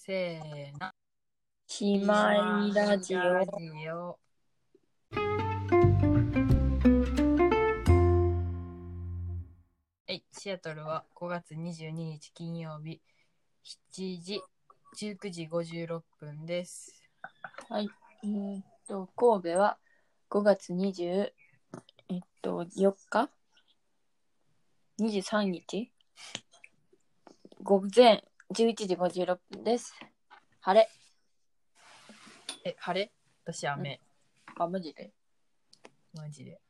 せーの。 しまいラジオ。シアトルは5月22日金曜日7時19時56分です。 はい。神戸は5月24日23日午前11時56分です。晴れ。 晴れ？私雨。 あ、マジで？ マジで。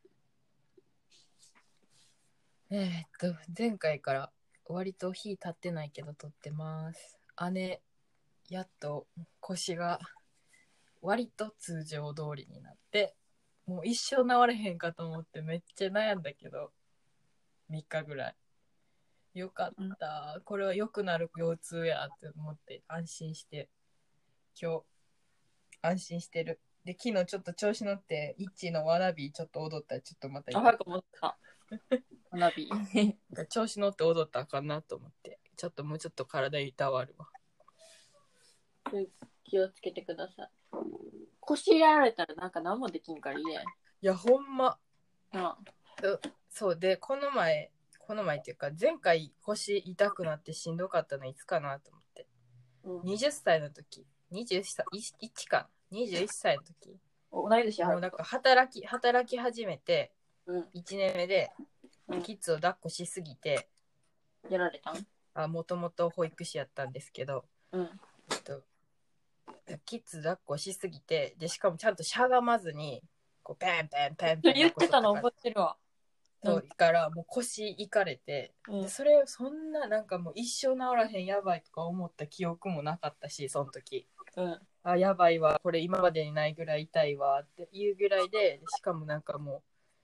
前回から割と日経ってないけど撮ってます。姉、やっと腰が割と通常通りになって、もう一生治れへんかと思ってめっちゃ悩んだけど、3日ぐらい。よかった。これは良くなる腰痛やって思って安心して、今日安心してる。で、昨日ちょっと調子乗って、イッチーのわらびちょっと踊ったらちょっとまた痛い。 あ、早く思った。花火。 調子乗って踊ったらあかんなと思って、ちょっともうちょっと体いたわるわ。 気をつけてください。腰やられたらなんか何もできんからいいね。 いや、ほんま。 ああ、 そうで、この前っていうか、前回腰痛くなってしんどかったのいつかなと思って。20歳の時、21かな、21歳の時。 同い年。 もうなんか働き始めて、1年目で、キッズを抱っこしすぎて、 やられたん？ もともと保育士やったんですけど、キッズ抱っこしすぎて、でしかもちゃんとしゃがまずにこうペンペンペンペン言ってたの覚えてるわ。 そうからもう腰いかれて、でそれそんななんかもう一生治らへんやばいとか思った記憶もなかったし、その時、やばいわこれ今までにないぐらい痛いわっていうぐらいで、しかもなんかも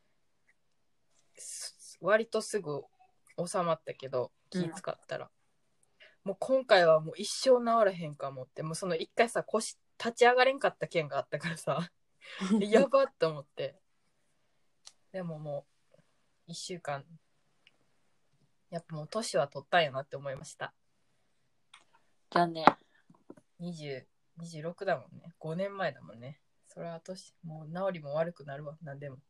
う割とすぐ収まったけど、気使ったら、もう今回はもう一生治らへんかもって、もうその一回さ腰立ち上がれんかった件があったからさやばって思って、でももう1週間やっぱもう年は取ったんやなって思いました。 残念。 26だもんね。5年前だもんね。それは年、もう治りも悪くなるわ、なんでも。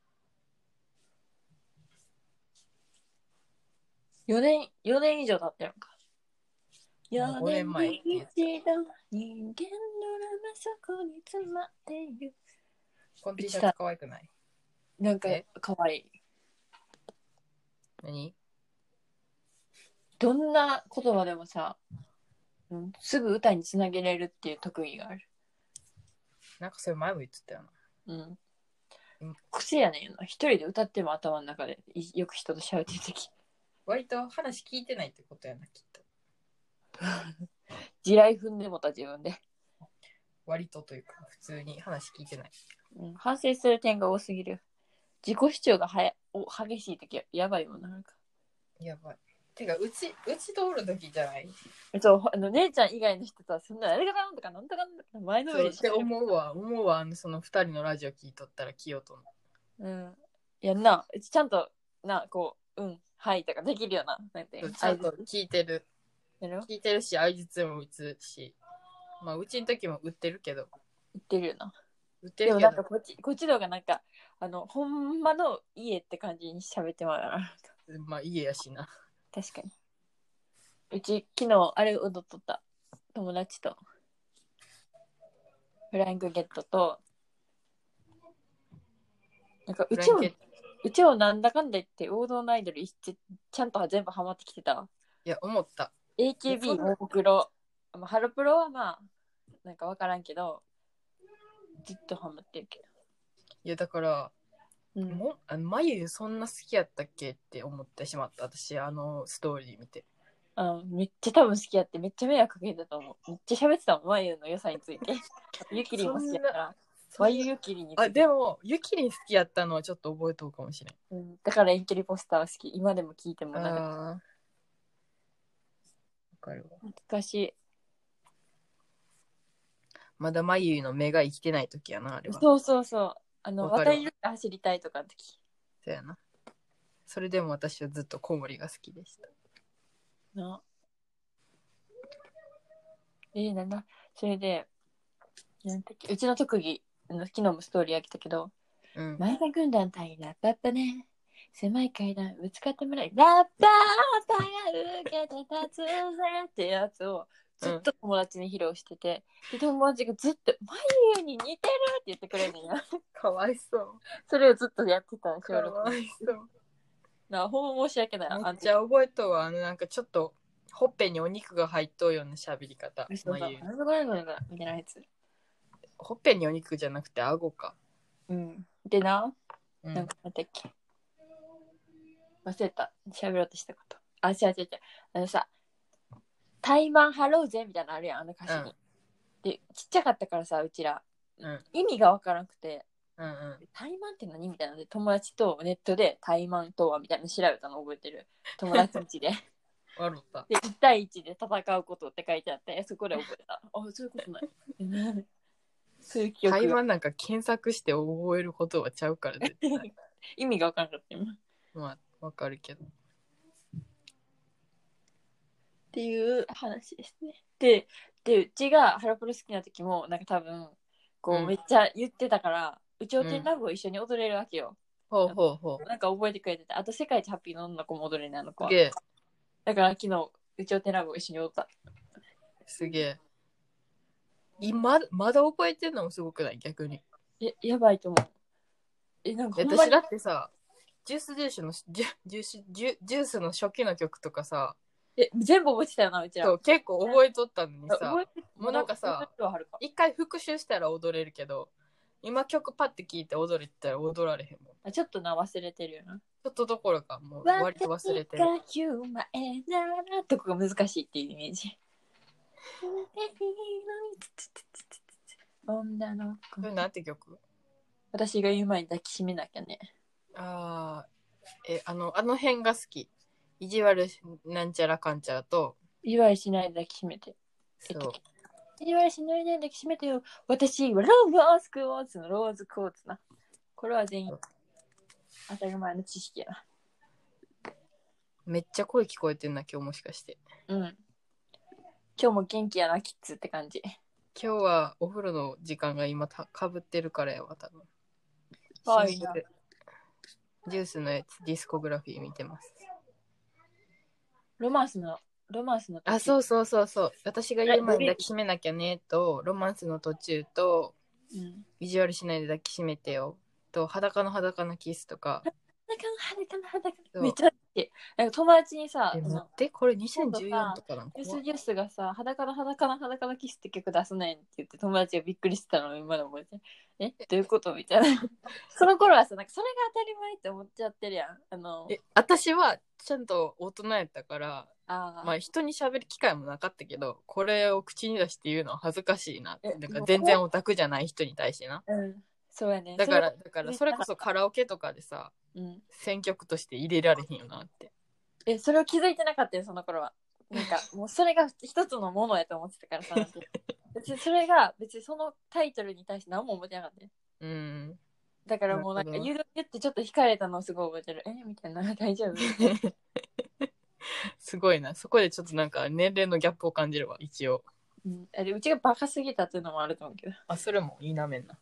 4年以上経ってるのか。 5年前って言った。 人間のまそこに詰まっている。 この T シャツ可愛くない？ なんか可愛い。 何？ どんな言葉でもさ、すぐ歌につなげれるっていう特技がある。 なんかそれ前も言ってたよな。癖やねんよな。一人で歌っても頭の中でよく人と喋ってるとき。 割と話聞いてないってことやな、きっと。 地雷踏んでもた自分で。 割とというか、普通に話聞いてない。 反省する点が多すぎる。自己主張が激しいときはやばいもんな。なんかやばい。てか、うち通るときじゃない？ そう、姉ちゃん以外の人とはそんなあれがなんとかなんとか前のめりって思うわ。その2人のラジオ聞いとったら来ようと思う。 やんな。ちゃんとな、こう、はいとかできるよな。なんてちゃんと聞いてる。聞いてるし、相槌も打つし。まあ、うちの時も売ってるけど。 売ってるよな。 売ってるけど。 でもなんかこっちの方がなんか、ほんまの家って感じに喋ってもらうな。 まあ、家やしな。 確かに。うち、昨日、あれ踊っとった。友達と。フライングゲットと、なんかうちをなんだかんだ言って王道のアイドルちゃんと全部ハマってきてた。 いや、思った。 AKB、ももクロ。ハロプロはまあ、なんかわからんけど、ずっとハマってるけど。 いや、だから、まゆそんな好きやったっけって思ってしまった。私、ストーリー見て。 めっちゃ多分好きやって、めっちゃ迷惑かけてたと思う。めっちゃ喋ってたもん、まゆの良さについて。ゆきりんも好きやから。まゆゆきりんについて。 でも、ゆきりん好きやったのはちょっと覚えとうかもしれん。 だから遠距離ポスター好き。今でも聞いてもなんか。 わかるわ。 懐かしい。 まだまゆの目が生きてない時やな、あれは。 そう。渡り歩走りたいとかの時。 そうやな。それでも私はずっとコウモリが好きでした。 なんだ。それで、なんだっけ、うちの特技、昨日もストーリーあげたけど、前田軍団対ラッパッパね。狭い階段ぶつかってもらい、ラッパーパが受けて立つぜってやつをずっと友達に披露してて、で友達がずっと眉に似てるって言ってくれるんや。 かわいそう。 それをずっとやってた。 かわいそう。 ほんま申し訳ない。 めっちゃ覚えとはなんかちょっとほっぺにお肉が入っとうような喋り方。 そうそう。ごめんみたいなやつ。 ほっぺにお肉じゃなくて顎か。 でな、なんかなんだっけ。忘れた。喋ろうとしたこと。違う。さ、タイマンハローぜみたいなのあるやん、あの歌詞に。で、ちっちゃかったからさ、うちら。意味がわからなくて、タイマンって何みたいなので、友達とネットでタイマンとはみたいなの調べたの覚えてる。友達んちで。で、1対1で戦うことって書いてあって、そこで覚えた。そういうことない。そういう記憶が。 タイマンなんか検索して覚えることはちゃうから絶対。 意味がわからなかった今。 まあ、わかるけど。 っていう話ですね。で、うちがハロプロ好きな時も、なんか多分、こう、めっちゃ言ってたから、有頂天ラブを一緒に踊れるわけよ。 ほう。 なんか覚えてくれてて、あと世界一ハッピーの女の子も踊れないの子は。 すげえ。 だから昨日、有頂天ラブを一緒に踊った。 すげえ。まだ覚えてんのもすごくない逆に。 やばいと思う。なんか私だってさ、ジュースの初期の曲とかさ、 全部覚えてたよな、うちら。 そう、結構覚えとったのにさ、もうなんかさ、一回復習したら踊れるけど、今曲パッて聴いて踊れたら踊られへんもん。 ちょっとな、忘れてるよな。 ちょっとどころか、もう割と忘れてる。 私が言う前ならとこが難しいっていうイメージ。女の子。 これなんて曲？ 私が言う前に抱きしめなきゃね。 あの辺が好き。意地悪なんちゃらかんちゃらと、 意地悪しないで抱きしめて。 そう。 意地悪しないで抱きしめてよ。私はローズクォーツのローズクォーツな。これは全員当たり前の知識やな。 めっちゃ声聞こえてんな、今日もしかして。 今日も元気やな、キッズって感じ。 今日はお風呂の時間が今かぶってるからやわ、多分。 はいな。 ジュースのやつ、ディスコグラフィー見てます。 ロマンスのそう。私が言う前に抱きしめなきゃねと、ロマンスの途中と、意地悪しないで抱きしめてよと、裸のキスとか。 裸めっちゃ好き。なんか友達にさ、 待って、これ2014とかなんか。 ジュースがさ、裸のキスって曲出すねんって言って友達がびっくりしてたのを今で覚えて。どういうことみたいな。その頃はさ、なんかそれが当たり前って思っちゃってるやん。 私はちゃんと大人やったから、 まあ人に喋る機会もなかったけど、これを口に出して言うのは恥ずかしいなって。なんか全然オタクじゃない人に対してな。 そうやね。 だからそれこそカラオケとかでさ、選曲として入れられへんよなって。 それを気づいてなかったよ、その頃は。なんかもうそれが一つのものやと思ってたからさ。それが別にそのタイトルに対して何も思ってなかったよ。だからもうなんか言ってちょっと惹かれたのをすごい覚えてる。みたいな、大丈夫すごいな。そこでちょっとなんか年齢のギャップを感じるわ、一応。 うちがバカすぎたっていうのもあると思うけど。 それもいいなめんな。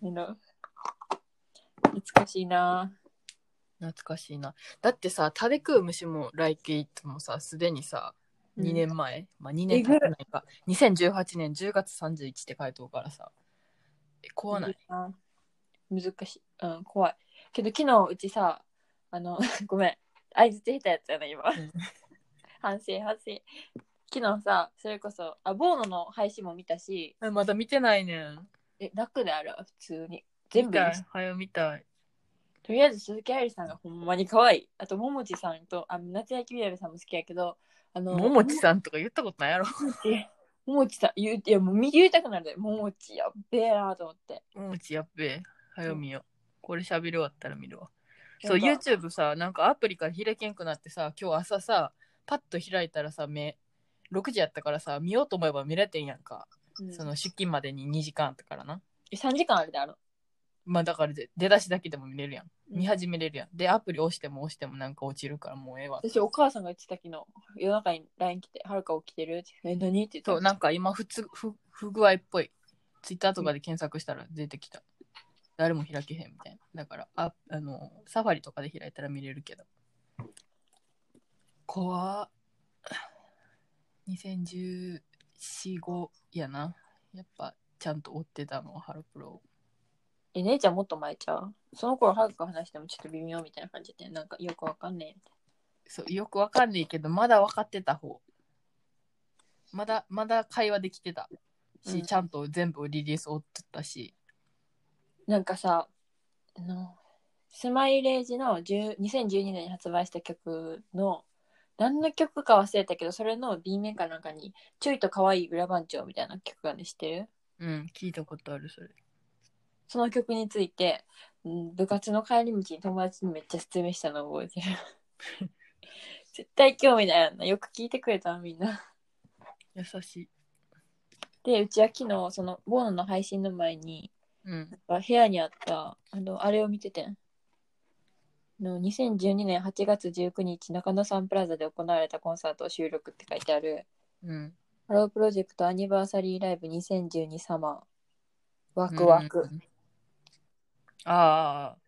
懐かしいな。 だってさ、タデクームシもLike Itもさ、すでにさ、2年前、2年経ってないか。2018年10月31って書いておるからさ。怖ない？ 難しい。怖い。けど昨日うちさ、ごめん。相づち下手やったよね、今。反省。昨日さ、それこそ、ボーノの配信も見たし。 まだ見てないねん。 楽である普通に。 全部見たい。 とりあえず鈴木愛理さんがほんまに可愛い。あと、ももちさんと、夏焼きみやべさんも好きやけど、 ももちさんとか言ったことないやろ。 ももちさん、もう言いたくなるで。ももちやっべえなと思って。 ももちやっべえ。早見よ。これ喋り終わったら見るわ。そう、YouTube さ、なんかアプリから開けんくなってさ、今日朝さ、パッと開いたらさ、6時やったからさ、見ようと思えば見れてんやんか。その出勤までに2時間あったからな。 3時間あるである。 まあだから出だしだけでも見れるやん。見始めれるやん。で、アプリ押してもなんか落ちるからもうええわ。 私、お母さんが言ってた昨日、夜中に LINE 来て、はるか起きてるって。何って言ったそう、なんか今不具合っぽい。ツイッターとかで検索したら出てきた。誰も開けへんみたいな。だから、サファリとかで開いたら見れるけど。怖っ。2014、5やな。やっぱ、ちゃんと追ってたのはハロプロ。 姉ちゃんもっと前ちゃう？その頃はるか話してもちょっと微妙みたいな感じで、なんかよくわかんねえみたいそう、よくわかんないけど、まだ分かってた方。まだ会話できてたし、 うんちゃんと全部リリース追ってたし。 なんかさ、スマイレージの2012年に発売した曲の、何の曲か忘れたけど、それの B 面かなんかに、ちょいと可愛い裏番長みたいな曲がね、知ってる？ うん、聞いたことある、それ。 その曲について、部活の帰り道に友達にめっちゃ説明したのを覚えてる。絶対興味ないやんな。よく聞いてくれたみんな。 優しい。 で、うちは昨日、その、ボーノの配信の前に、 うん。 部屋にあった、あれを見ててん。2012年8月19日、中野サンプラザで行われたコンサートを収録って書いてある、 うん。 ハロープロジェクトアニバーサリーライブ2012サマー。ワうクワク。 ん、ああ。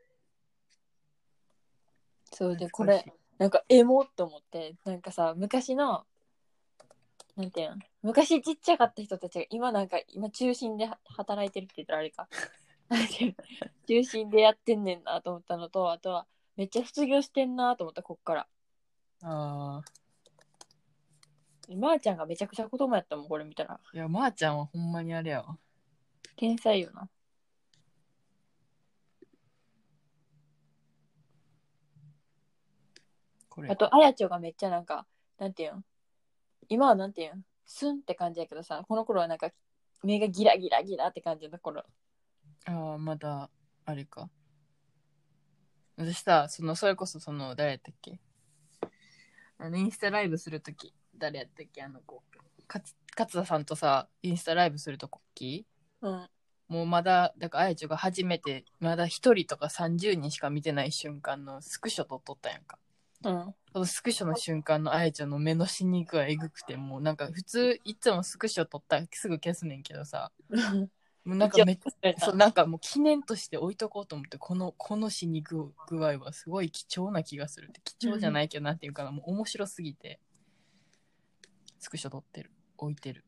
そうで、こ懐かしい。 れ、なんかエモっと思って、なんかさ、昔の、なんていうの、昔ちっちゃかった人たちが今中心で働いてるって言ったらあれか。中心でやってんねんなと思ったのと、あとはめっちゃ卒業してんなと思った、こっから。 ああ。 まーちゃんがめちゃくちゃ子供やったもん、これ見たら。 いや、まーちゃんはほんまにあれやわ。 天才よな。 これ。 あと、あやちょがめっちゃなんか、なんていうん今はなんていうんスンって感じやけどさ、この頃はなんか目がギラギラギラって感じの頃。 ああ、まだ、あれか。私さ、それこそ誰やったっけ、インスタライブするとき、誰やったっけ、あの子。勝田さんとさ、インスタライブするとき、 うん。 もうまだ、だからあやちょが初めて、まだ一人とか30人しか見てない瞬間のスクショ撮っとったやんか。 うん。 そのスクショの瞬間のあやちゃんの目の死に具合えぐくて、もうなんか普通、いつもスクショ撮ったらすぐ消すねんけどさ、もうなんか一応そう、なんかもう記念として置いとこうと思って、この死に具合はすごい貴重な気がするって。貴重じゃないけど、なんていうかな、もう面白すぎて、スクショ撮ってる。置いてる。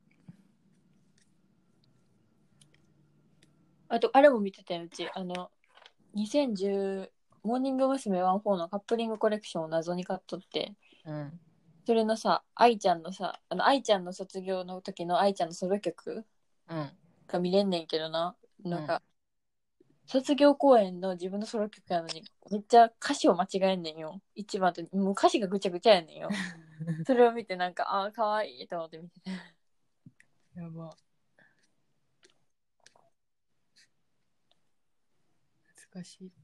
あと、あれも見てたよ、うち。2010、モーニング娘。14のカップリングコレクションを謎に買っとって、 うん。 それのさ、愛ちゃんのさ、愛ちゃんの卒業の時の愛ちゃんのソロ曲うん。 が見れんねんけどな。なんうん。 か、卒業公演の自分のソロ曲やのに、めっちゃ歌詞を間違えんねんよ。一番と、もう歌詞がぐちゃぐちゃやねんよ。それを見てなんか、ああ、かわいいと思って見てて。 やば。難しい。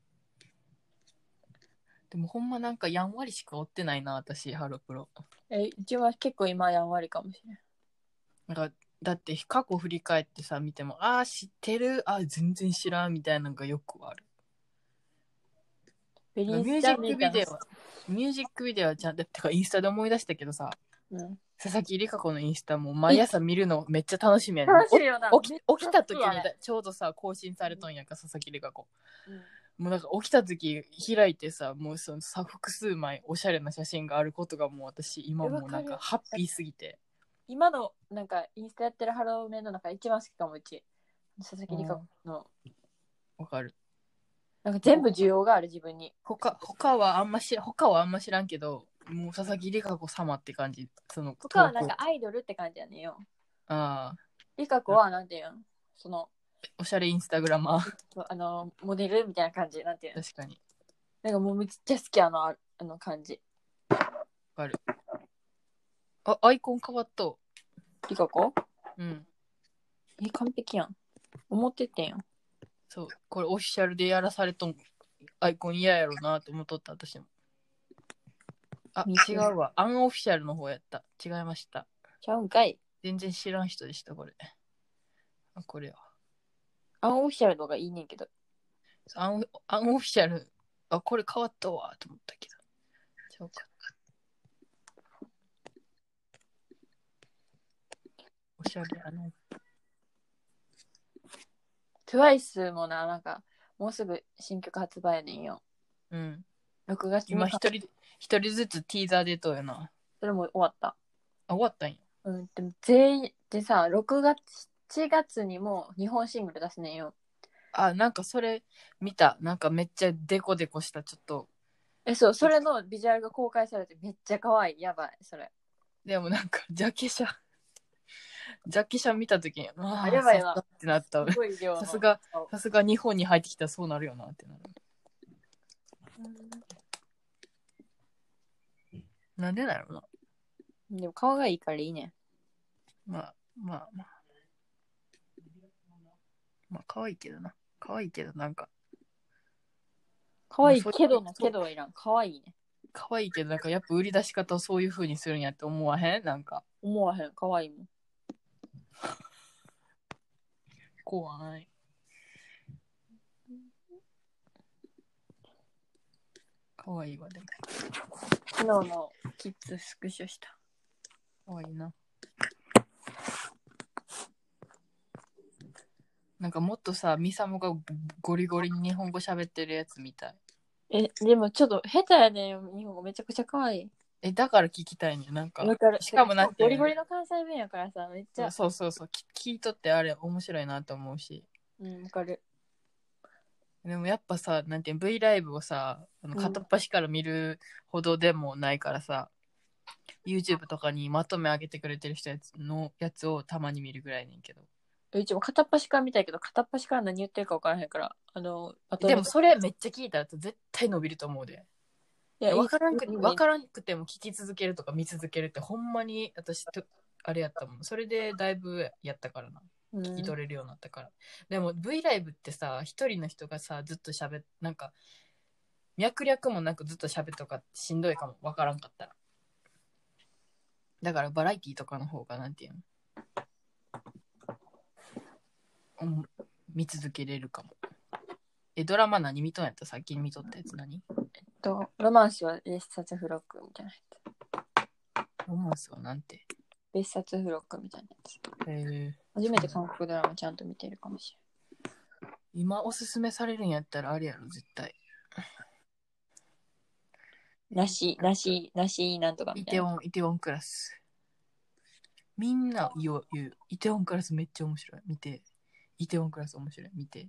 でもほんまなんかやんわりしか追ってないな、私、ハロプロ。 うちは結構今やんわりかもしれない。 なんか、だって過去振り返ってさ、見ても、ああ、知ってる、ああ、全然知らん、みたいなのがよくある。 ベリースちゃんミュージッ姉ちゃんの。 ミュージックビデオはちゃんと、てかインスタで思い出したけどさ、 うん。 佐々木里香子のインスタも毎朝見るのめっちゃ楽しみやねん。 楽しいよな。 起きた時にめっちゃ好きやねちょうどさ、更新されとんやんか、佐々木里香子。 うんもうなんか起きた時開いてさ、もうそのさ、複数枚おしゃれな写真があることがもう私、今もうなんかハッピーすぎて。 今のなんかインスタやってるハローメンの中で一番好きかもうち。佐々木里香子の。 わかる。 なんか全部需要がある自分に。 他はあんま知らんけど、もう佐々木里香子様って感じ。その他はなんかアイドルって感じやねんよ。 ああ。 里香子はなんていうんその、 おしゃれインスタグラマー。 モデルみたいな感じ。なんていうん確かに。 なんかもうめっちゃ好きあの感じ。 わかる。あ、アイコン変わった。 里香子うん。 完璧やん。思ってってんよ。 そう。これオフィシャルでやらされとんアイコン嫌やろなと思っとった私も。あ、違うわ。アンオフィシャルの方やった。違いました。 ちゃうんかい。 全然知らん人でした、これ。あ、これは。 アンオフィシャルの方がいいねんけど。 アンオフィシャル、あ、これ変わったわと思ったけど。ちゃうか。おしゃれやな。 TWICE もな、なんか、もうすぐ新曲発売やねんよ。 うん。 6月に今一人ずつティーザー出とうよな。 それも終わった。 あ、終わったんや。 うん、でも全員でさ、6月、7月にも日本シングル出すねんよ。 あ、なんかそれ見た。なんかめっちゃデコデコしたちょっと。 そう、それのビジュアルが公開されてめっちゃ可愛い。やばい、それ。 でもなんかジャケ写見たときに、 あ、 ああ、 やばいわ。 さすがってなった。 すごい量の。 さすが日本に入ってきたらそうなるよなってなる。なんでなのな。 でも顔がいいからいいね。 まあ、可愛いけどな。可愛いけど、なんか。 可愛いけどのけどはいらん。可愛いね。 可愛いけど、なんかやっぱ売り出し方をそういう風にするんやって思わへんなんか。 思わへん。可愛いもん。 怖い。可愛いわ、でも。 昨日のキッズスクショした。 可愛いな。なんかもっとさ、ミサモがゴリゴリに日本語喋ってるやつみたい。 でもちょっと下手やねん。日本語めちゃくちゃ可愛い。 だから聞きたいね。なんか。 わかる。 しかもなんてゴリゴリの関西弁やからさ、めっちゃ。 そう。聞いとってあれ面白いなと思うし。 うん、わかる。 でもやっぱさ、なんていう V ライブをさ、片っ端から見るほどでもないからさ、YouTube とかにまとめ上げてくれてる人のやつをたまに見るぐらいねんけど。 うちも片っ端から見たいけど、片っ端から何言ってるか分からへんから、 でもそれめっちゃ聞いたら絶対伸びると思うで。 いや、 分からんくても聞き続けるとか見続けるってほんまに私とあれやったもん。それでだいぶやったからな。聞き取れるようになったから。でも V ライブってさ、一人の人がさ、ずっとなんか、脈略もなくずっと喋っとかしんどいかも。分からんかったら。だからバラエティとかの方がなんていうの、見続けれるかも。ドラマ何見とんやった？さっき見とったやつ何？ ロマンスは別冊付録みたいなやつ。 ロマンスはなんて？ 別冊付録みたいなやつ。 へえ。 初めて韓国ドラマちゃんと見てるかもしれん。 今おすすめされるんやったらあれやろ、絶対。 なしなんとかみたいな。 イテウォンクラス。みんな言う。イテウォンクラスめっちゃ面白い。見て。イテウォンクラス面白い。見て。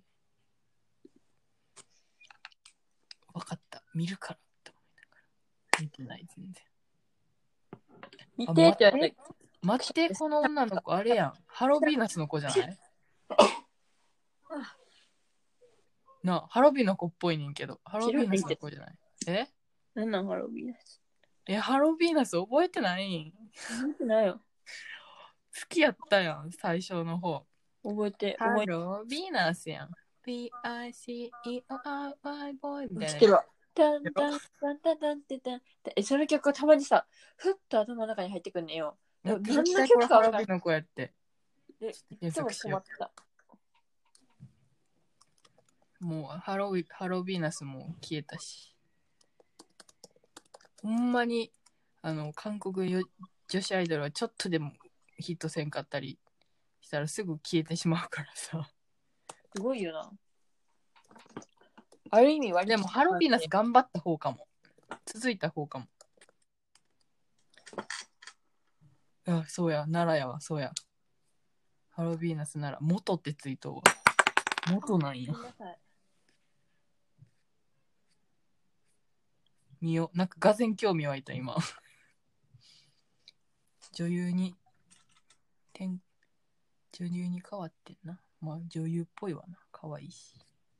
わかった。見るからって思いながら。見てない、全然。 見てって言われて。 待って、この女の子、あれやん。ハロービーナスの子じゃないなあ、ハロービーの子っぽいねんけど。ハロービーナスの子じゃないなんなんハロービーナス。 ハロービーナス覚えてないん？ 覚えてないよ。 好きやったやん、最初の方。 覚えて。 ハロービーナスやん。B-I-C-E-O-R-Y ボーイみたいな。 知ってるわ。タンタンタンタンタンタンタン。その曲がたまにさ、ふっと頭の中に入ってくんねんよ。 何の曲かハロービーの子やって。 いつも困った。 もうハロービーナスも消えたし。ほんまに、韓国女子アイドルはちょっとでもヒットせんかったりしたらすぐ消えてしまうからさ。 すごいよな。ある意味割でもハロービーナス頑張った方かも。続いた方かも。あ、そうや、奈良やわ、そうや。ハロービーナスなら元ってついとうわ。元なんや。見よ。なんかがぜん興味湧いた今。女優に変わってんな。まあ女優っぽいわな。可愛いし。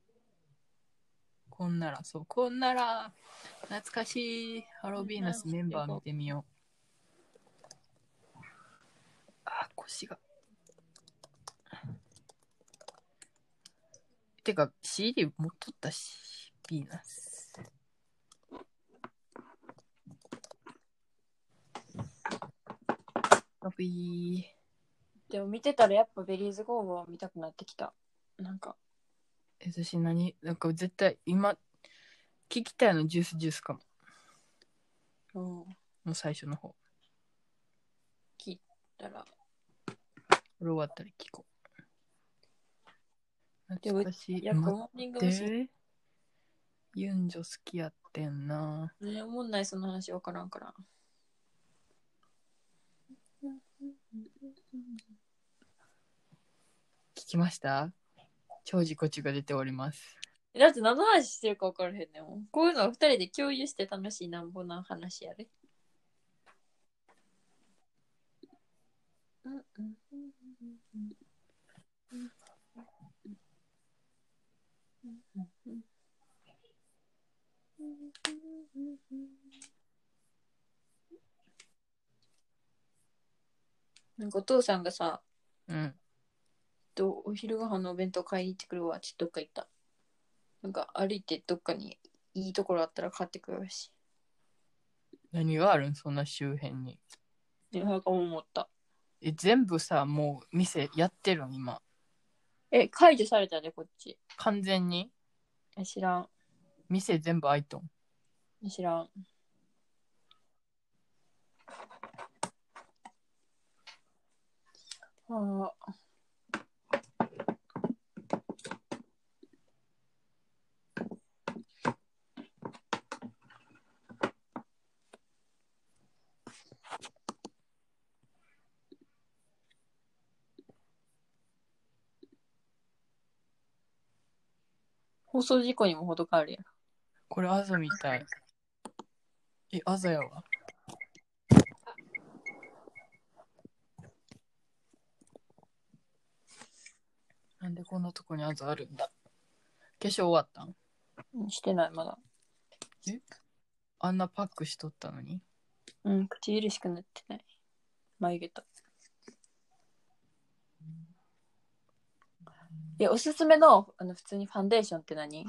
こんなら懐かしい。ハロービーナスメンバー見てみよう。あ、腰が。てか CD 持っとったし、ビーナス。 でも見てたらやっぱベリーズゴーゴー見たくなってきた。なんか私なんか絶対今聞きたいのジュースかも。もう最初の方。 聞いたら。 これ終わったら聞こう。 でも懐かしい。 やっぱモーニング娘。 待って。ユンジョ好きやってんな。 ね、おもんないその話わからんから。 聞きました？超自己中が出ております。 だって何の話してるか分からへんねん。こういうのは二人で共有して楽しいなんぼな話やで。なんかお父さんがさ、 うん。 お昼ご飯のお弁当買いに行ってくるわ。ちょっとどっか行った。なんか歩いてどっかにいいところあったら買ってくるし。 何があるんそんな周辺に。 なんか思った。 全部さ、もう店やってるん今。 解除されたで、こっち。 完全に知らん。 店全部開いとん。 知らん。ああ。放送事故にも程があるやん。 これアザみたい。アザやわ。なんでこんなとこにアザあるんだ。化粧終わったん？ してない、まだ。 あんなパックしとったのに。 うん、唇しか塗ってない。眉毛と。おすすめの、普通にファンデーションって何？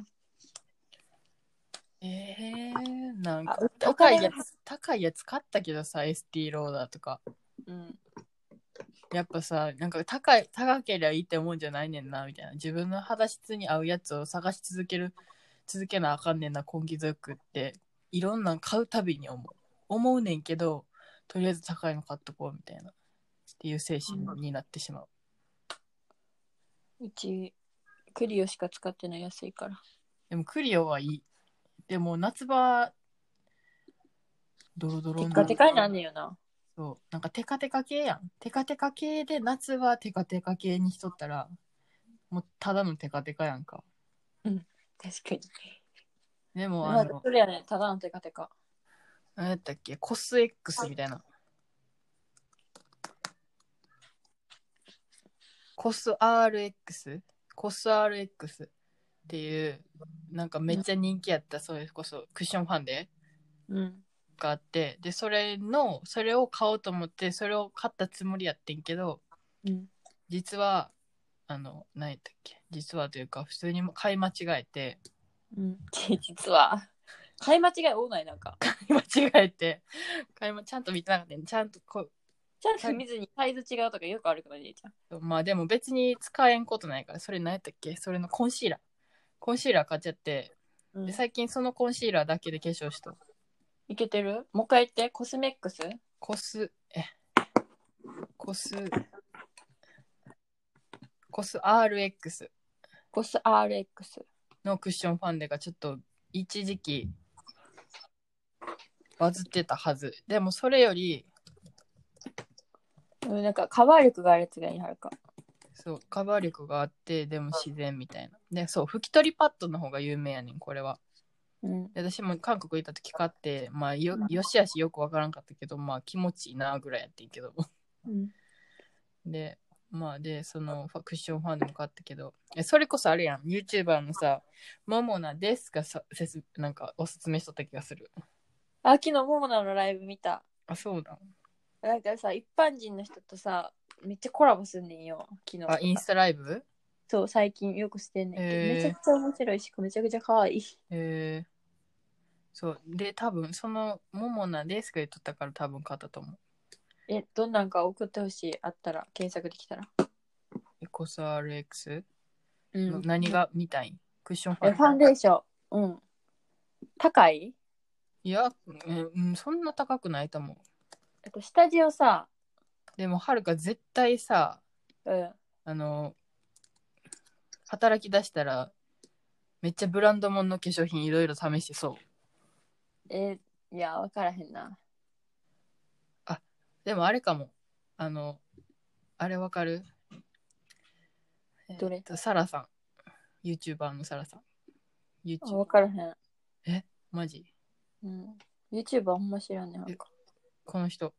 なんかお金が高いやつ買ったけどさ、エスティローダーとか。 うん。 やっぱさ、なんか高けりゃいいって思うんじゃないねんな、みたいな。自分の肌質に合うやつを探し続けなあかんねんな、根気強くって。いろんなん買うたびに思うねんけど、とりあえず高いの買っとこう、みたいな。っていう精神になってしまう。 うち、クリオしか使ってない安いから。 でもクリオはいい。でも夏場、ドロドロテカテカになんねんよな。 そう。なんかテカテカ系やん。テカテカ系で夏はテカテカ系にしとったら、もうただのテカテカやんか。 うん、確かに。 でもそれやね、ただのテカテカ。 何やったっけ、コス X みたいな。コス RX? コス RX っていう、なんかめっちゃ人気やった、それこそクッションファンデがあって、で、それを買おうと思って、それを買ったつもりやってんけど、実は、何やったっけ、実はというか、普通に買い間違えて、 実は、買い間違い多ないなんか。 買い間違えて、ちゃんと見てなかったね。ちゃんと見ずにサイズ違うとかよくあるからね、ちゃん。 まあでも別に使えんことないから、それ何やったっけ、それのコンシーラー買っちゃって、で最近そのコンシーラーだけで化粧しと。 いけてる？もう一回言って。コスメックスコス RX コス RX のクッションファンデがちょっと一時期バズってたはず。でもそれより、 なんかカバー力があるやつがいいはるか。 そう、カバー力があって、でも自然みたいな。で、そう、拭き取りパッドの方が有名やねん、これは。で私も韓国行った時買って、まあよしあしよくわからんかったけど、まあ気持ちいいなぐらいやってんけど。で、まあで、そのクッションファンデも買ったけど、それこそあれやん、YouTuber のさ、モモナですがなんかおすすめしとった気がする。 昨日モモナのライブ見た。 そうだ。 なんかさ、一般人の人とさ、めっちゃコラボすんねんよ、昨日。 インスタライブ？ そう、最近よくしてんねんけど、めちゃくちゃ面白いし、めちゃくちゃ可愛い。 そう。で、多分、その、モモナですが言っとったから多分買ったと思う。 どんなんか送ってほしい。あったら、検索できたら。 コス RX？ 何が見たい？クッションフファンデーション。うん。高い？ いや、そんな高くないと思う。 下地をさ、 でもはるか絶対さ、働き出したらめっちゃブランド物の化粧品いろいろ試してそう。 いや、わからへんな。 あ、でもあれかも。あれわかる？ どれ？ サラさん。YouTuber のサラさん。 わからへん。マジ？ YouTuber あんま知らんねん。 この人。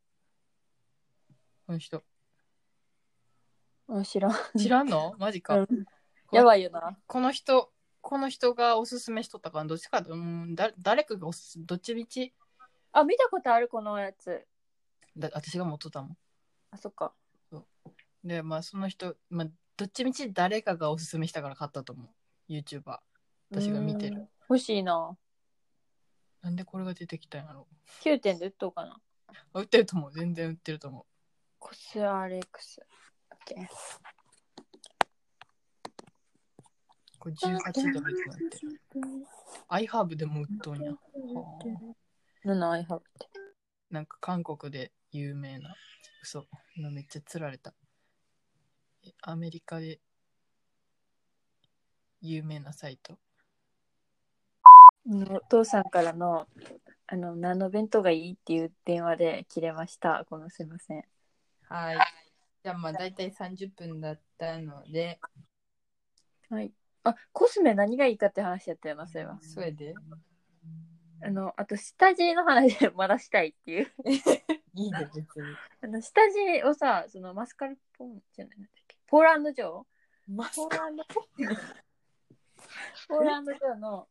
知らん。 知らんの？マジか。 やばいよな。 この人がおすすめしとったから、どっちかと、誰かがどっちみち。 見たことある、このやつ。 私が持っとったもん。 そっか。 で、その人、どっちみち誰かがおすすめしたから買ったと思う。YouTuber。私が見てる。 欲しいな。 なんでこれが出てきたんやろ。 9点で売っとうかな。 売ってると思う。全然売ってると思う。 コスアレックス。 これ$18ってなってる。iHerb でも売っとんや。 何の iHerb って？ なんか韓国で有名な。嘘。今めっちゃ釣られた。アメリカで有名なサイト。 お父さんからの何の弁当がいいっていう電話で切れました。すいません。 はい。じゃあだいたい30分だったので。 はい。コスメ何がいいかって話やったよな、そういえば。 それであと下地の話でまだしたいっていう。 いいね、別に。 下地をさ、マスカルポーンじゃないんだっけ？ポーランド城の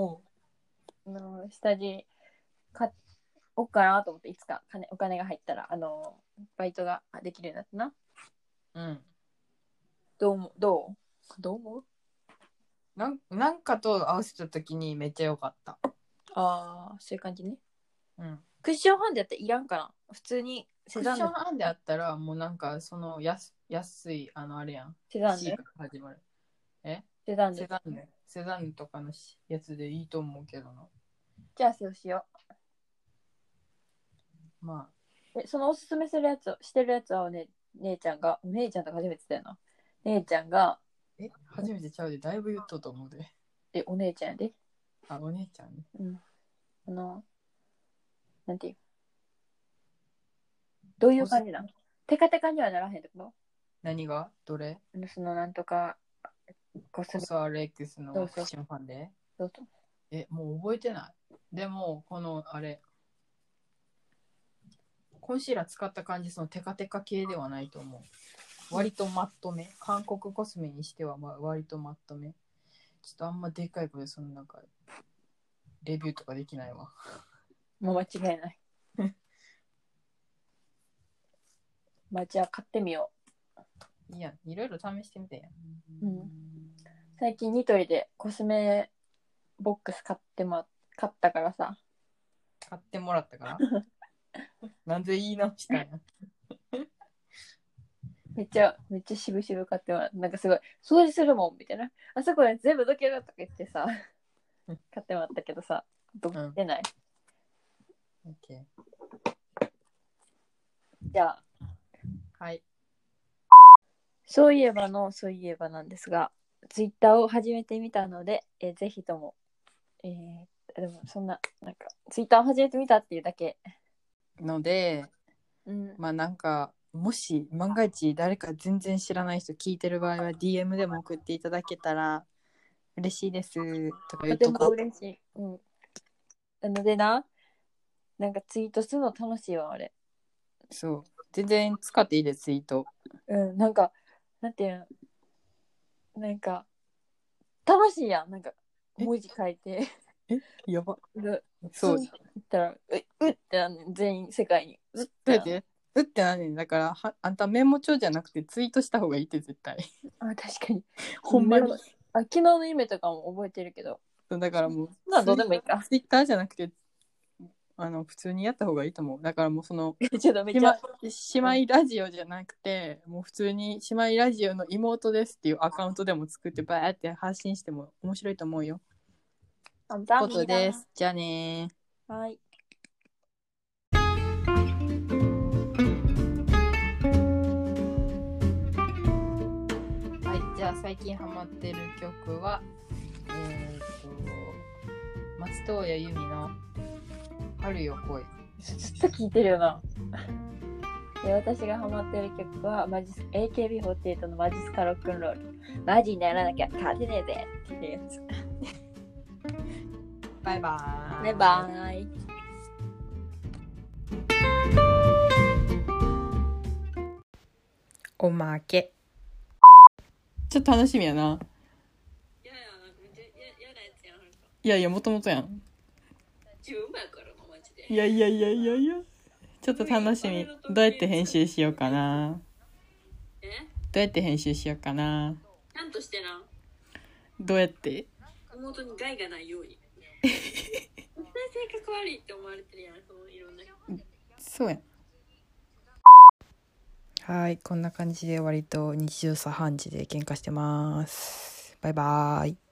下地買おうかなと思って、いつかお金が入ったらバイトができるようになったな。どう思う？ なんかと合わせたときにめっちゃ良かった。 そういう感じね。クッションハンデやったらいらんかな。普通にクッションハンデあったらもうなんか安いあれやん。 セザンヌ始まる。 セザンヌとかのやつでいいと思うけどな。 じゃあそうしよう。そのおすすめするやつをしてるやつはお姉ちゃんと初めてだよな。姉ちゃんが初めてちゃうで、だいぶ言っとうと思うで。 お姉ちゃんやで。 お姉ちゃんね。 なんていう、どういう感じなの？テカテカにはならへんってこと？ 何が？どれ？ なんとかコスアレックスのクッションファンデ？もう覚えてない。でもこのあれコンシーラー使った感じ、そのテカテカ系ではないと思う。割とマットめ。韓国コスメにしては割とマットめ。ちょっとあんまでかい声でそのなんかレビューとかできないわ。 もう間違いない。じゃあ買ってみよう。いいや、いろいろ試してみてや。 最近ニトリでコスメボックス買ったからさ。 買ってもらったからなんで言い直したんや。 めっちゃ渋々買ってもらった。なんかすごい掃除するもんみたいな。あそこで全部どけるとか言ってさ買ってもらったけどさ、どけない。 OK。 じゃあ、 はい。 そういえばなんですが、ツイッターを始めてみたので、ぜひとも、でもそんな、なんか、ツイッターを始めてみたっていうだけ。 ので、なんか、もし万が一誰か全然知らない人聞いてる場合は DM でも送っていただけたら嬉しいですとか言うととても嬉しい。なのでなんかツイートするの楽しいわ、あれ。 そう。全然使っていいです、ツイート。 なんか、なんていうの、なんか、楽しいやん。なんか、文字書いて。 やば。 そう。言ったら、ってなんねん、全員世界に。 ってなんねん。だからあんたメモ帳じゃなくてツイートした方がいいって絶対。 確かに。 ほんまに。 昨日の夢とかも覚えてるけど。 だからもう、 どうでもいいか。 ツイッターじゃなくて、 普通にやった方がいいと思う。だからもうそのちょっとめっちゃ姉妹ラジオじゃなくて、もう普通に姉妹ラジオの妹ですっていうアカウントでも作ってバーって発信しても面白いと思うよ。ことです。じゃあねー。はい。 はい、じゃあ最近ハマってる曲は松任谷由実の春よ来い。 ずっと聞いてるよな。で、私がハマってる曲はAKB48 のマジスカロックンロール。マジにならなきゃ勝てねえぜっていうやつ。 バイバーイ。 バイバーイ。 おまけ。 ちょっと楽しみやな。 いやなやつやん。 いやいや、もともとやん。 自分もやからな、マジで。 いや。ちょっと楽しみ。どうやって編集しようかな。どうやって編集しようかな。 ちゃんとしてな。 どうやって。 妹に害がないように。性格悪いって思われてるやん、そのいろんな。 そうや。 はい、こんな感じで割と日常茶飯事で喧嘩してます。バイバーイ。